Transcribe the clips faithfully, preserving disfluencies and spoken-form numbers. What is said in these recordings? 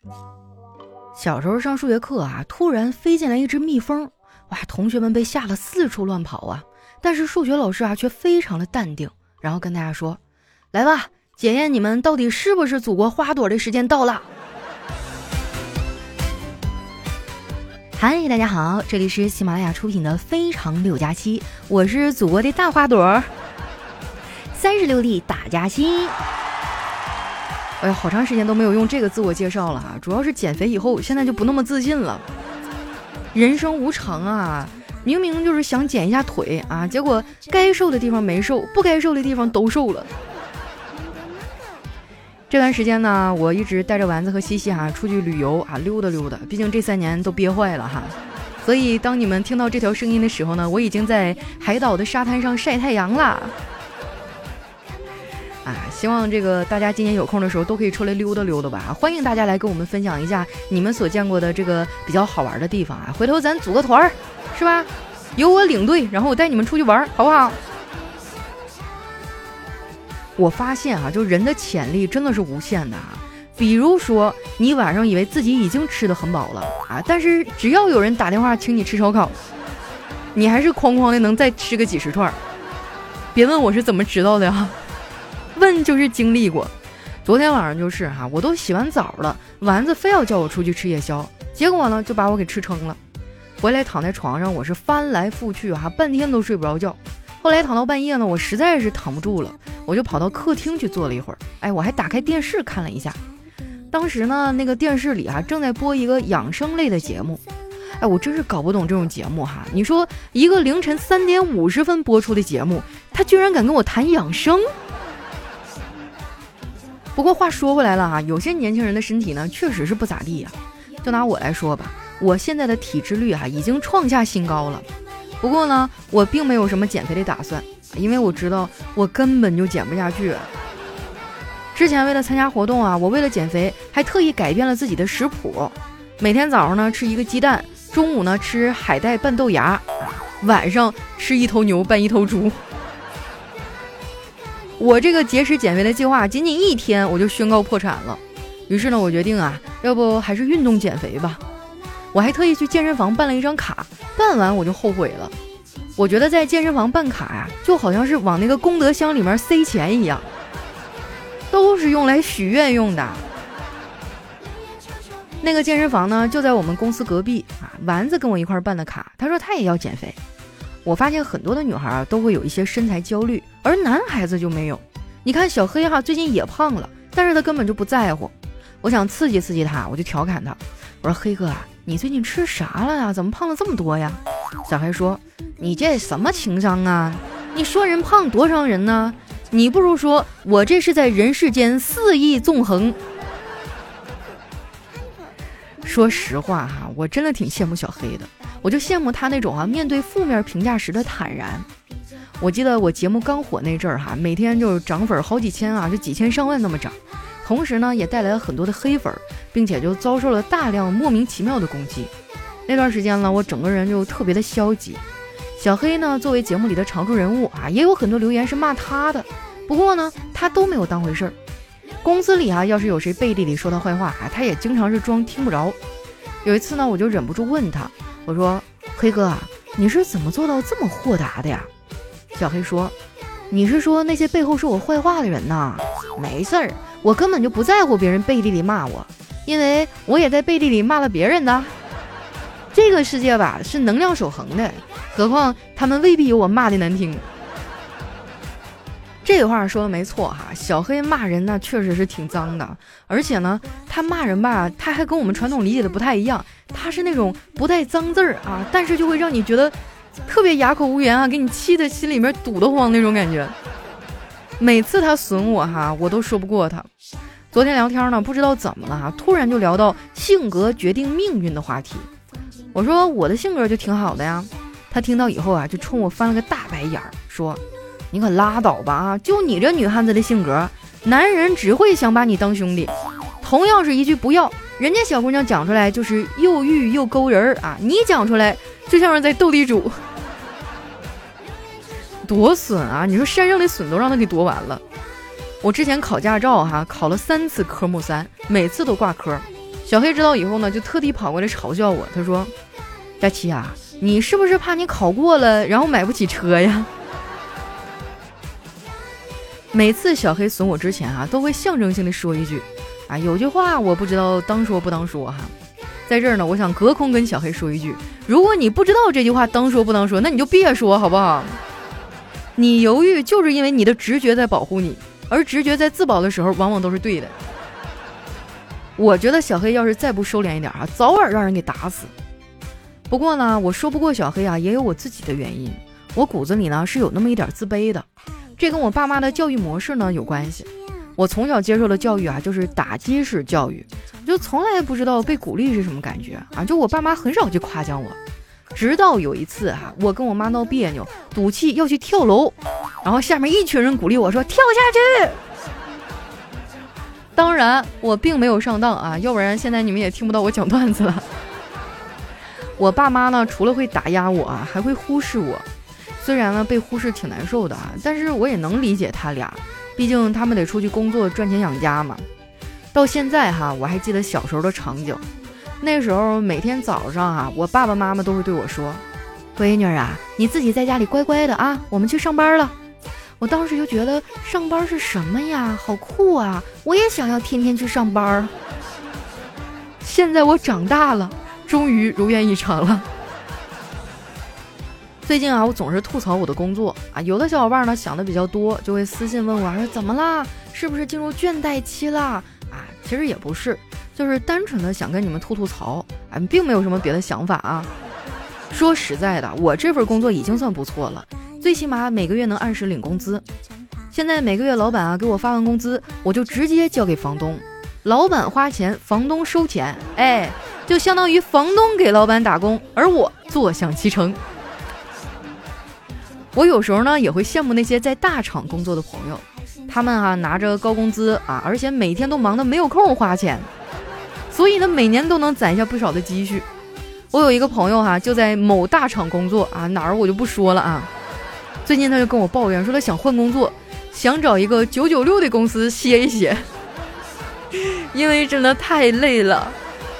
小时候上数学课啊，突然飞进来一只蜜蜂，哇，同学们被吓得四处乱跑啊。但是数学老师啊却非常的淡定，然后跟大家说：“来吧，检验你们到底是不是祖国花朵的时间到了。”嗨，大家好，这里是喜马拉雅出品的《非常六加七》，我是祖国的大花朵，三十六粒大加薪。哎呀，好长时间都没有用这个自我介绍了哈，主要是减肥以后，现在就不那么自信了。人生无常啊，明明就是想减一下腿啊，结果该瘦的地方没瘦，不该瘦的地方都瘦了。这段时间呢，我一直带着丸子和西西哈、啊、出去旅游啊，溜达溜达，毕竟这三年都憋坏了哈。所以当你们听到这条声音的时候呢，我已经在海岛的沙滩上晒太阳啦。啊，希望这个大家今年有空的时候都可以出来溜达溜达吧。欢迎大家来跟我们分享一下你们所见过的这个比较好玩的地方啊。回头咱组个团儿，是吧？由我领队，然后我带你们出去玩，好不好？我发现啊，就人的潜力真的是无限的啊。比如说，你晚上以为自己已经吃得很饱了啊，但是只要有人打电话请你吃烧烤，你还是哐哐的能再吃个几十串。别问我是怎么知道的呀。问就是经历过。昨天晚上就是哈、啊，我都洗完澡了，丸子非要叫我出去吃夜宵，结果呢就把我给吃撑了。回来躺在床上，我是翻来覆去啊，半天都睡不着觉。后来躺到半夜呢，我实在是躺不住了，我就跑到客厅去坐了一会儿。哎，我还打开电视看了一下。当时呢，那个电视里啊正在播一个养生类的节目。哎，我真是搞不懂这种节目哈！你说一个凌晨三点五十分播出的节目，他居然敢跟我谈养生？不过话说回来了啊，有些年轻人的身体呢确实是不咋地呀、啊。就拿我来说吧，我现在的体脂率啊已经创下新高了。不过呢，我并没有什么减肥的打算，因为我知道我根本就减不下去。之前为了参加活动啊，我为了减肥还特意改变了自己的食谱，每天早上呢吃一个鸡蛋，中午呢吃海带拌豆芽，晚上吃一头牛拌一头猪。我这个节食减肥的计划仅仅一天我就宣告破产了，于是呢我决定啊，要不还是运动减肥吧。我还特意去健身房办了一张卡，办完我就后悔了。我觉得在健身房办卡呀、啊，就好像是往那个功德箱里面塞钱一样，都是用来许愿用的。那个健身房呢就在我们公司隔壁啊，丸子跟我一块办的卡，他说他也要减肥。我发现很多的女孩啊都会有一些身材焦虑，而男孩子就没有。你看小黑哈、啊、最近也胖了，但是他根本就不在乎。我想刺激刺激他，我就调侃他，我说黑哥啊，你最近吃啥了呀？怎么胖了这么多呀？小黑说，你这什么情商啊？你说人胖多伤人呢？你不如说我这是在人世间肆意纵横。说实话哈，我真的挺羡慕小黑的，我就羡慕他那种啊面对负面评价时的坦然。我记得我节目刚火那阵儿哈，每天就涨粉好几千啊，就几千上万那么涨，同时呢也带来了很多的黑粉，并且就遭受了大量莫名其妙的攻击。那段时间呢，我整个人就特别的消极。小黑呢作为节目里的常驻人物啊，也有很多留言是骂他的，不过呢他都没有当回事儿。公司里啊，要是有谁背地里说他坏话啊，他也经常是装听不着。有一次呢，我就忍不住问他，我说黑哥啊，你是怎么做到这么豁达的呀？小黑说，你是说那些背后说我坏话的人呐？没事儿，我根本就不在乎别人背地里骂我，因为我也在背地里骂了别人的。这个世界吧是能量守恒的，何况他们未必有我骂的难听。这话说的没错哈，小黑骂人呢确实是挺脏的，而且呢他骂人吧，他还跟我们传统理解的不太一样，他是那种不带脏字儿啊，但是就会让你觉得特别哑口无言啊，给你气的心里面堵得慌那种感觉。每次他损我哈，我都说不过他。昨天聊天呢，不知道怎么了哈，突然就聊到性格决定命运的话题。我说我的性格就挺好的呀，他听到以后啊，就冲我翻了个大白眼儿，说你可拉倒吧啊！就你这女汉子的性格，男人只会想把你当兄弟。同样是一句不要，人家小姑娘讲出来就是又欲又勾人啊，你讲出来就像是在斗地主，多损啊！你说山上的笋都让他给夺完了。我之前考驾照哈，考了三次科目三，每次都挂科。 小黑知道以后呢，就特地跑过来嘲笑我，他说：佳琪啊，你是不是怕你考过了然后买不起车呀？每次小黑损我之前啊，都会象征性的说一句啊，有句话我不知道当说不当说哈。在这儿呢，我想隔空跟小黑说一句，如果你不知道这句话当说不当说，那你就别说好不好？你犹豫就是因为你的直觉在保护你，而直觉在自保的时候往往都是对的。我觉得小黑要是再不收敛一点啊，早晚让人给打死。不过呢，我说不过小黑啊，也有我自己的原因。我骨子里呢是有那么一点自卑的，这跟我爸妈的教育模式呢有关系。我从小接受的教育啊，就是打击式教育，就从来不知道被鼓励是什么感觉啊。就我爸妈很少去夸奖我，直到有一次啊，我跟我妈闹别扭，赌气要去跳楼，然后下面一群人鼓励我说跳下去。当然我并没有上当啊，要不然现在你们也听不到我讲段子了。我爸妈呢，除了会打压我啊，还会忽视我。虽然呢被忽视挺难受的啊，但是我也能理解他俩，毕竟他们得出去工作赚钱养家嘛。到现在哈，我还记得小时候的场景。那时候每天早上啊，我爸爸妈妈都会对我说：闺女啊，你自己在家里乖乖的啊，我们去上班了。我当时就觉得上班是什么呀，好酷啊，我也想要天天去上班。现在我长大了，终于如愿以偿了。最近啊，我总是吐槽我的工作啊，有的小伙伴呢想的比较多，就会私信问我说怎么啦，是不是进入倦怠期啦？啊，其实也不是，就是单纯的想跟你们吐吐槽，啊，并没有什么别的想法啊。说实在的，我这份工作已经算不错了，最起码每个月能按时领工资。现在每个月老板啊给我发完工资，我就直接交给房东，老板花钱，房东收钱，哎，就相当于房东给老板打工，而我坐享其成。我有时候呢也会羡慕那些在大厂工作的朋友，他们啊拿着高工资啊，而且每天都忙得没有空花钱，所以呢每年都能攒下不少的积蓄。我有一个朋友哈、啊，就在某大厂工作啊，哪儿我就不说了啊。最近他就跟我抱怨说他想换工作，想找一个九九六的公司歇一歇，因为真的太累了。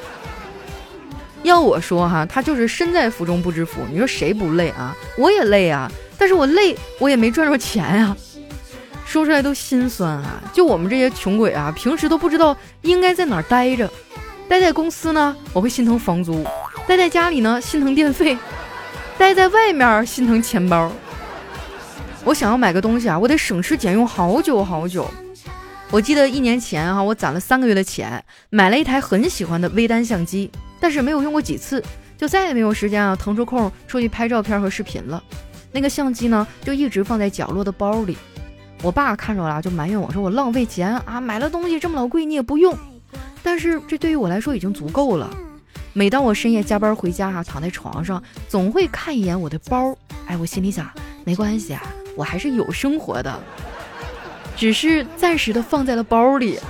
要我说哈，他就是身在福中不知福。你说谁不累啊？我也累啊，但是我累我也没赚着钱啊，说出来都心酸啊。就我们这些穷鬼啊，平时都不知道应该在哪儿待着。待在公司呢，我会心疼房租；待在家里呢，心疼电费；待在外面心疼钱包。我想要买个东西啊，我得省吃俭用好久好久。我记得一年前啊，我攒了三个月的钱，买了一台很喜欢的微单相机，但是没有用过几次，就再也没有时间啊腾出空出去拍照片和视频了。那个相机呢，就一直放在角落的包里。我爸看着了就埋怨我说我浪费钱啊，买了东西这么老贵你也不用。但是这对于我来说已经足够了。每当我深夜加班回家啊，躺在床上，总会看一眼我的包，哎，我心里想，没关系啊，我还是有生活的，只是暂时的放在了包里。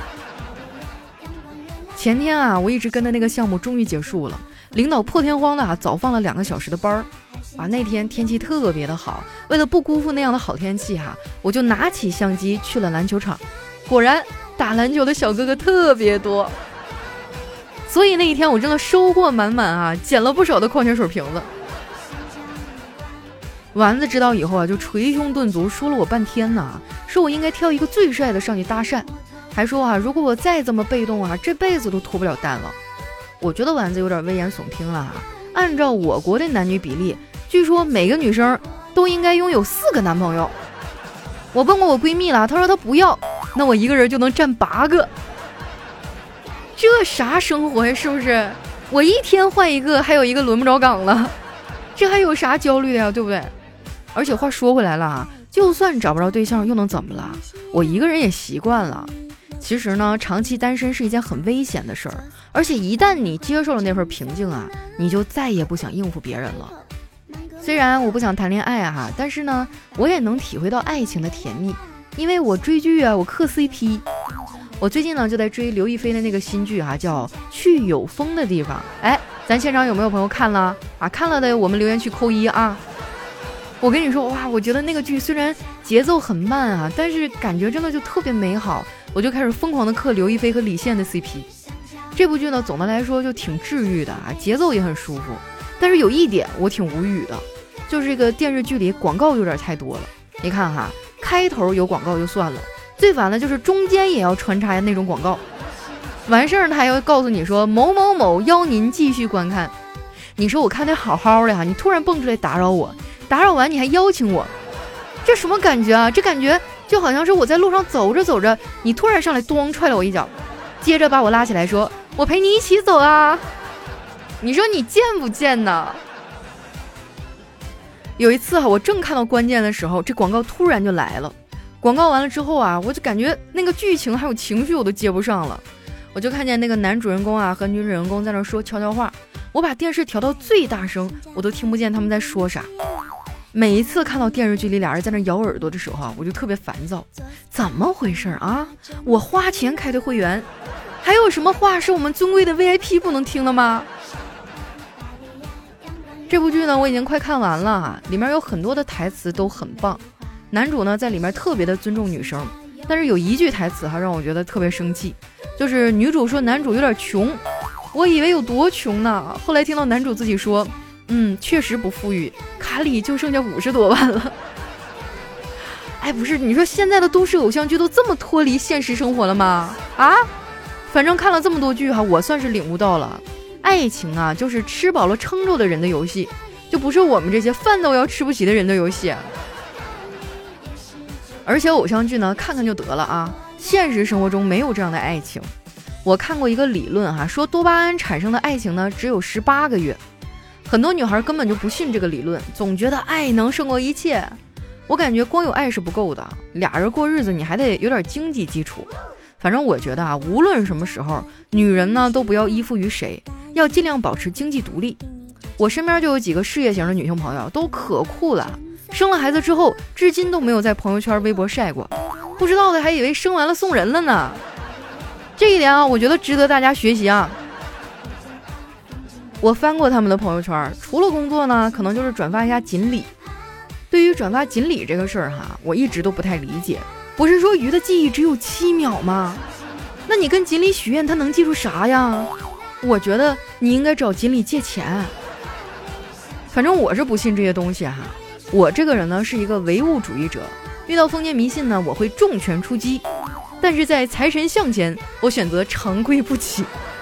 前天啊，我一直跟的那个项目终于结束了，领导破天荒的啊早放了两个小时的班儿。啊，那天天气特别的好，为了不辜负那样的好天气哈、啊，我就拿起相机去了篮球场。果然打篮球的小哥哥特别多，所以那一天我真的收获满满啊，捡了不少的矿泉水瓶子。丸子知道以后啊，就捶胸顿足说了我半天呢，说我应该挑一个最帅的上去搭讪，还说啊，如果我再这么被动啊，这辈子都脱不了单了。我觉得丸子有点危言耸听了啊。按照我国的男女比例，据说每个女生都应该拥有四个男朋友。我问过我闺蜜了，她说她不要，那我一个人就能占八个。这啥生活呀，是不是？我一天换一个，还有一个轮不着岗了，这还有啥焦虑的呀，对不对？而且话说回来了啊，就算找不着对象又能怎么了？我一个人也习惯了。其实呢，长期单身是一件很危险的事儿，而且一旦你接受了那份平静啊，你就再也不想应付别人了。虽然我不想谈恋爱啊，但是呢，我也能体会到爱情的甜蜜，因为我追剧啊，我磕 C P。我最近呢就在追刘亦菲的那个新剧啊，叫《去有风的地方》。哎，咱现场有没有朋友看了啊？看了的我们留言区扣一啊。我跟你说哇，我觉得那个剧虽然节奏很慢啊，但是感觉真的就特别美好，我就开始疯狂的磕刘亦菲和李现的 C P。 这部剧呢，总的来说就挺治愈的啊，节奏也很舒服。但是有一点我挺无语的，就是这个电视剧里广告有点太多了。你看哈，开头有广告就算了，最烦的就是中间也要穿插那种广告。完事儿他还要告诉你说某某某邀您继续观看。你说我看得好好的哈，你突然蹦出来打扰我，打扰完你还邀请我，这什么感觉啊？这感觉就好像是我在路上走着走着，你突然上来咚踹了我一脚，接着把我拉起来说我陪你一起走啊。你说你贱不贱呢？有一次哈，我正看到关键的时候，这广告突然就来了。广告完了之后啊，我就感觉那个剧情还有情绪我都接不上了。我就看见那个男主人公啊和女主人公在那说悄悄话，我把电视调到最大声，我都听不见他们在说啥。每一次看到电视剧里俩人在那咬耳朵的时候啊，我就特别烦躁。怎么回事啊？我花钱开的会员，还有什么话是我们尊贵的 V I P 不能听的吗？这部剧呢，我已经快看完了啊，里面有很多的台词都很棒。男主呢在里面特别的尊重女生，但是有一句台词还让我觉得特别生气，就是女主说男主有点穷，我以为有多穷呢，后来听到男主自己说，嗯，确实不富裕，卡里就剩下五十多万了。哎，不是，你说现在的都市偶像剧都这么脱离现实生活了吗？啊，反正看了这么多剧哈，我算是领悟到了，爱情啊，就是吃饱了撑着的人的游戏，就不是我们这些饭都要吃不起的人的游戏。而且偶像剧呢，看看就得了啊，现实生活中没有这样的爱情。我看过一个理论哈，说多巴胺产生的爱情呢，只有十八个月。很多女孩根本就不信这个理论，总觉得爱能胜过一切。我感觉光有爱是不够的，俩人过日子你还得有点经济基础。反正我觉得啊，无论什么时候，女人呢都不要依附于谁，要尽量保持经济独立。我身边就有几个事业型的女性朋友，都可酷了，生了孩子之后，至今都没有在朋友圈、微博晒过，不知道的还以为生完了送人了呢。这一点啊，我觉得值得大家学习啊。我翻过他们的朋友圈，除了工作呢，可能就是转发一下锦鲤。对于转发锦鲤这个事儿哈，我一直都不太理解。不是说鱼的记忆只有七秒吗？那你跟锦鲤许愿，他能记住啥呀？我觉得你应该找锦鲤借钱。反正我是不信这些东西哈。我这个人呢是一个唯物主义者，遇到封建迷信呢，我会重拳出击。但是在财神像前，我选择长跪不起。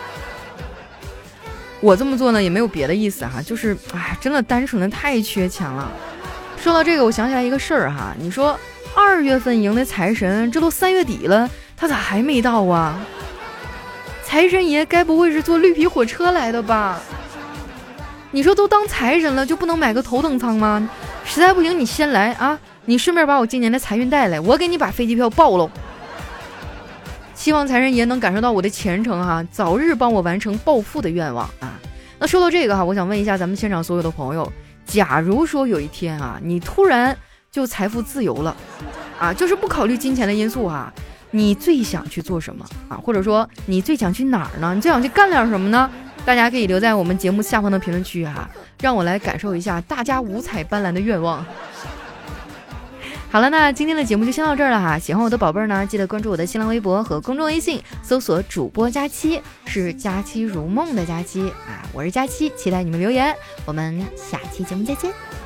我这么做呢也没有别的意思哈，就是哎，真的单纯的太缺钱了。说到这个，我想起来一个事儿哈，你说二月份迎的财神，这都三月底了，他咋还没到啊？财神爷该不会是坐绿皮火车来的吧？你说都当财神了，就不能买个头等舱吗？实在不行你先来啊，你顺便把我今年的财运带来，我给你把飞机票报喽。希望财神爷能感受到我的虔诚哈，早日帮我完成暴富的愿望啊。那说到这个哈，我想问一下咱们现场所有的朋友，假如说有一天啊，你突然就财富自由了啊，就是不考虑金钱的因素哈，你最想去做什么啊？或者说你最想去哪儿呢？你最想去干点什么呢？大家可以留在我们节目下方的评论区哈，让我来感受一下大家五彩斑斓的愿望。好了，那今天的节目就先到这儿了哈。喜欢我的宝贝儿呢，记得关注我的新浪微博和公众微信，搜索主播佳期，是佳期如梦的佳期啊，我是佳期，期待你们留言，我们下期节目再见。